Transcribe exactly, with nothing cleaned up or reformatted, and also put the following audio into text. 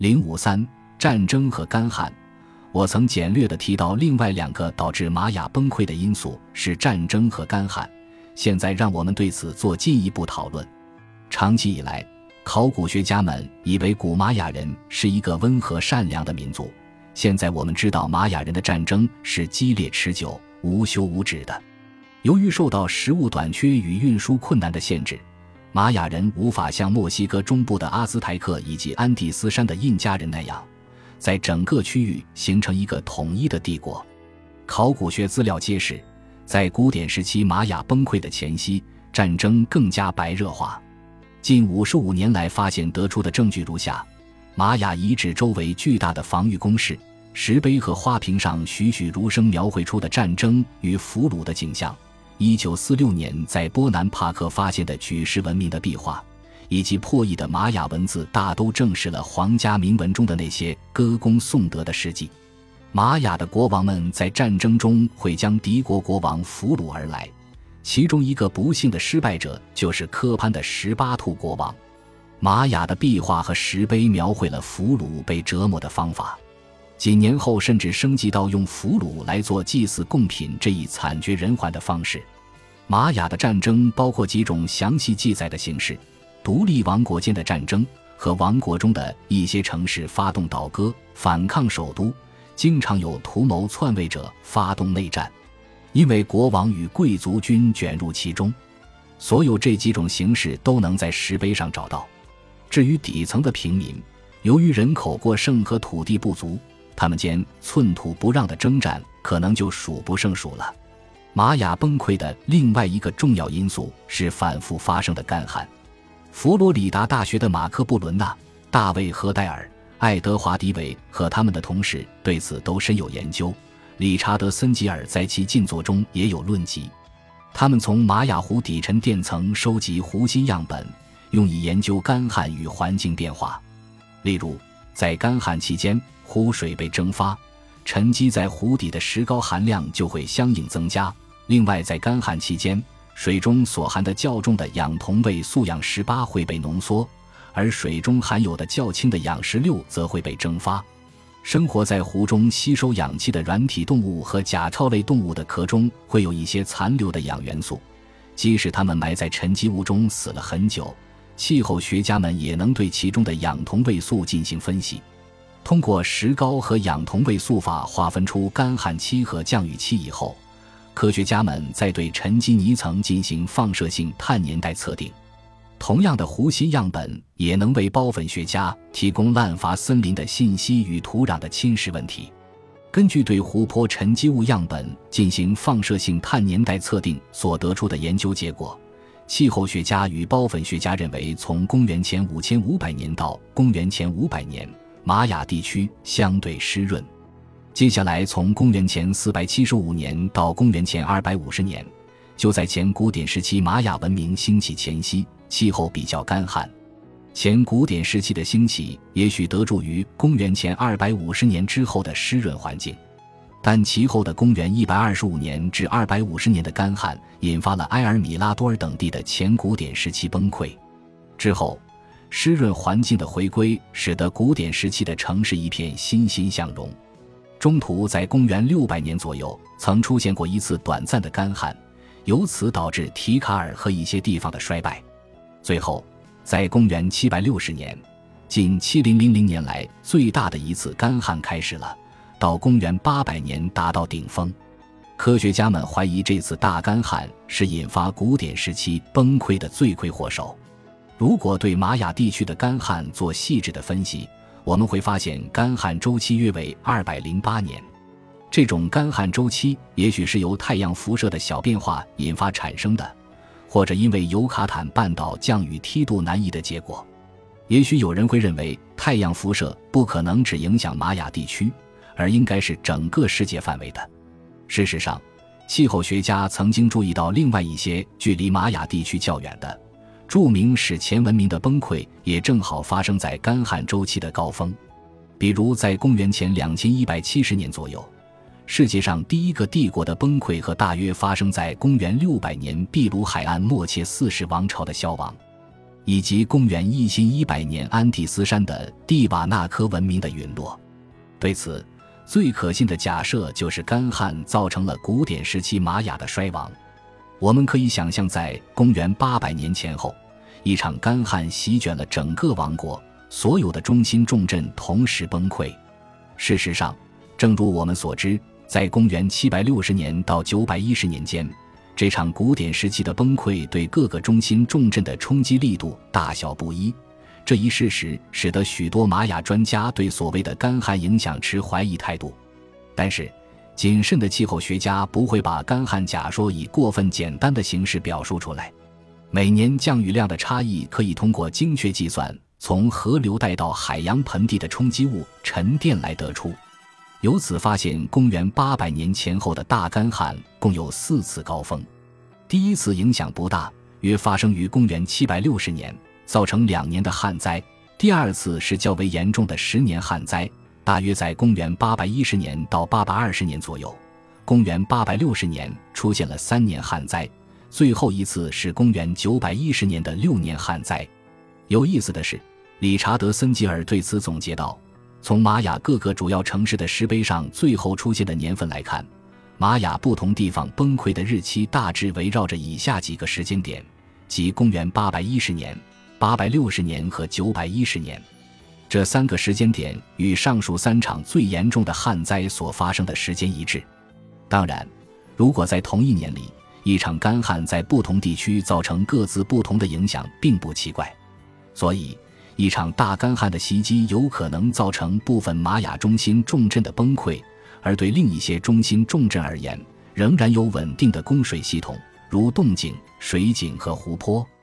零五三战争和干旱。我曾简略地提到另外两个导致玛雅崩溃的因素是战争和干旱，现在让我们对此做进一步讨论。长期以来，考古学家们以为古玛雅人是一个温和善良的民族，现在我们知道玛雅人的战争是激烈持久、无休无止的。由于受到食物短缺与运输困难的限制，玛雅人无法像墨西哥中部的阿兹台克以及安第斯山的印加人那样在整个区域形成一个统一的帝国。考古学资料揭示，在古典时期玛雅崩溃的前夕，战争更加白热化。近五十五年来发现得出的证据如下：玛雅遗址周围巨大的防御工事，石碑和花瓶上栩栩如生描绘出的战争与俘虏的景象，一九四六年在波南帕克发现的举世闻名的壁画，以及破译的玛雅文字大都证实了皇家铭文中的那些歌功颂德的事迹。玛雅的国王们在战争中会将敌国国王俘虏而来，其中一个不幸的失败者就是科潘的十八兔国王。玛雅的壁画和石碑描绘了俘虏被折磨的方法，几年后甚至升级到用俘虏来做祭祀贡品这一惨绝人寰的方式。玛雅的战争包括几种详细记载的形式：独立王国间的战争，和王国中的一些城市发动倒戈反抗首都，经常有图谋篡位者发动内战，因为国王与贵族军卷入其中。所有这几种形式都能在石碑上找到。至于底层的平民，由于人口过剩和土地不足，他们间寸土不让的征战可能就数不胜数了。玛雅崩溃的另外一个重要因素是反复发生的干旱。佛罗里达大学的马克·布伦纳、大卫·何戴尔、爱德华·迪维和他们的同事对此都深有研究，理查德·森吉尔在其近作中也有论及。他们从玛雅湖底沉淀层收集湖心样本，用以研究干旱与环境变化。例如，在干旱期间，湖水被蒸发，沉积在湖底的石膏含量就会相应增加。另外，在干旱期间，水中所含的较重的氧同位素氧十八会被浓缩，而水中含有的较轻的氧十六则会被蒸发。生活在湖中吸收氧气的软体动物和甲壳类动物的壳中会有一些残留的氧元素，即使它们埋在沉积物中死了很久，气候学家们也能对其中的氧同位素进行分析。通过石膏和氧同位素法划分出干旱期和降雨期以后，科学家们在对沉积泥层进行放射性碳年代测定。同样的湖心样本也能为孢粉学家提供滥伐森林的信息与土壤的侵蚀问题。根据对湖泊沉积物样本进行放射性碳年代测定所得出的研究结果，气候学家与孢粉学家认为，从公元前五千五百年到公元前五百年，玛雅地区相对湿润。接下来从公元前四百七十五年到公元前二百五十年，就在前古典时期玛雅文明兴起前夕，气候比较干旱。前古典时期的兴起也许得助于公元前二百五十年之后的湿润环境，但其后的公元一百二十五年至二百五十年的干旱引发了埃尔米拉多尔等地的前古典时期崩溃。之后，湿润环境的回归使得古典时期的城市一片欣欣向荣。中途在公元六百年左右曾出现过一次短暂的干旱，由此导致提卡尔和一些地方的衰败。最后在公元七百六十年，近七千年来最大的一次干旱开始了，到公元八百年达到顶峰。科学家们怀疑这次大干旱是引发古典时期崩溃的罪魁祸首。如果对玛雅地区的干旱做细致的分析，我们会发现干旱周期约为二百零八年。这种干旱周期也许是由太阳辐射的小变化引发产生的，或者因为尤卡坦半岛降雨梯度南移的结果。也许有人会认为太阳辐射不可能只影响玛雅地区，而应该是整个世界范围的。事实上，气候学家曾经注意到另外一些距离玛雅地区较远的著名史前文明的崩溃也正好发生在干旱周期的高峰。比如在公元前两千一百七十年左右，世界上第一个帝国的崩溃和大约发生在公元六百年秘鲁海岸默切四世王朝的消亡。 以及公元一千一百年安第斯山的蒂瓦纳科文明的陨落。对此，最可信的假设就是干旱造成了古典时期玛雅的衰亡。我们可以想象，在公元八百年前后，一场干旱席卷了整个王国，所有的中心重镇同时崩溃。事实上，正如我们所知，在公元七百六十年到九百一十年间，这场古典时期的崩溃对各个中心重镇的冲击力度大小不一。这一事实使得许多玛雅专家对所谓的干旱影响持怀疑态度。但是，谨慎的气候学家不会把干旱假说以过分简单的形式表述出来。每年降雨量的差异可以通过精确计算从河流带到海洋盆地的冲击物沉淀来得出。由此发现，公元八百年前后的大干旱共有四次高峰。第一次影响不大，约发生于公元七百六十年，造成两年的旱灾。第二次是较为严重的十年旱灾，大约在公元八百一十年到八百二十年左右。公元八百六十年出现了三年旱灾，最后一次是公元九百一十年的六年旱灾。有意思的是，理查德·森吉尔对此总结道，从玛雅各个主要城市的石碑上最后出现的年份来看，玛雅不同地方崩溃的日期大致围绕着以下几个时间点，即公元八百一十年、八百六十年和九百一十年。这三个时间点与上述三场最严重的旱灾所发生的时间一致。当然，如果在同一年里，一场干旱在不同地区造成各自不同的影响并不奇怪。所以，一场大干旱的袭击有可能造成部分玛雅中心重镇的崩溃，而对另一些中心重镇而言，仍然有稳定的供水系统，如洞井、水井和湖泊。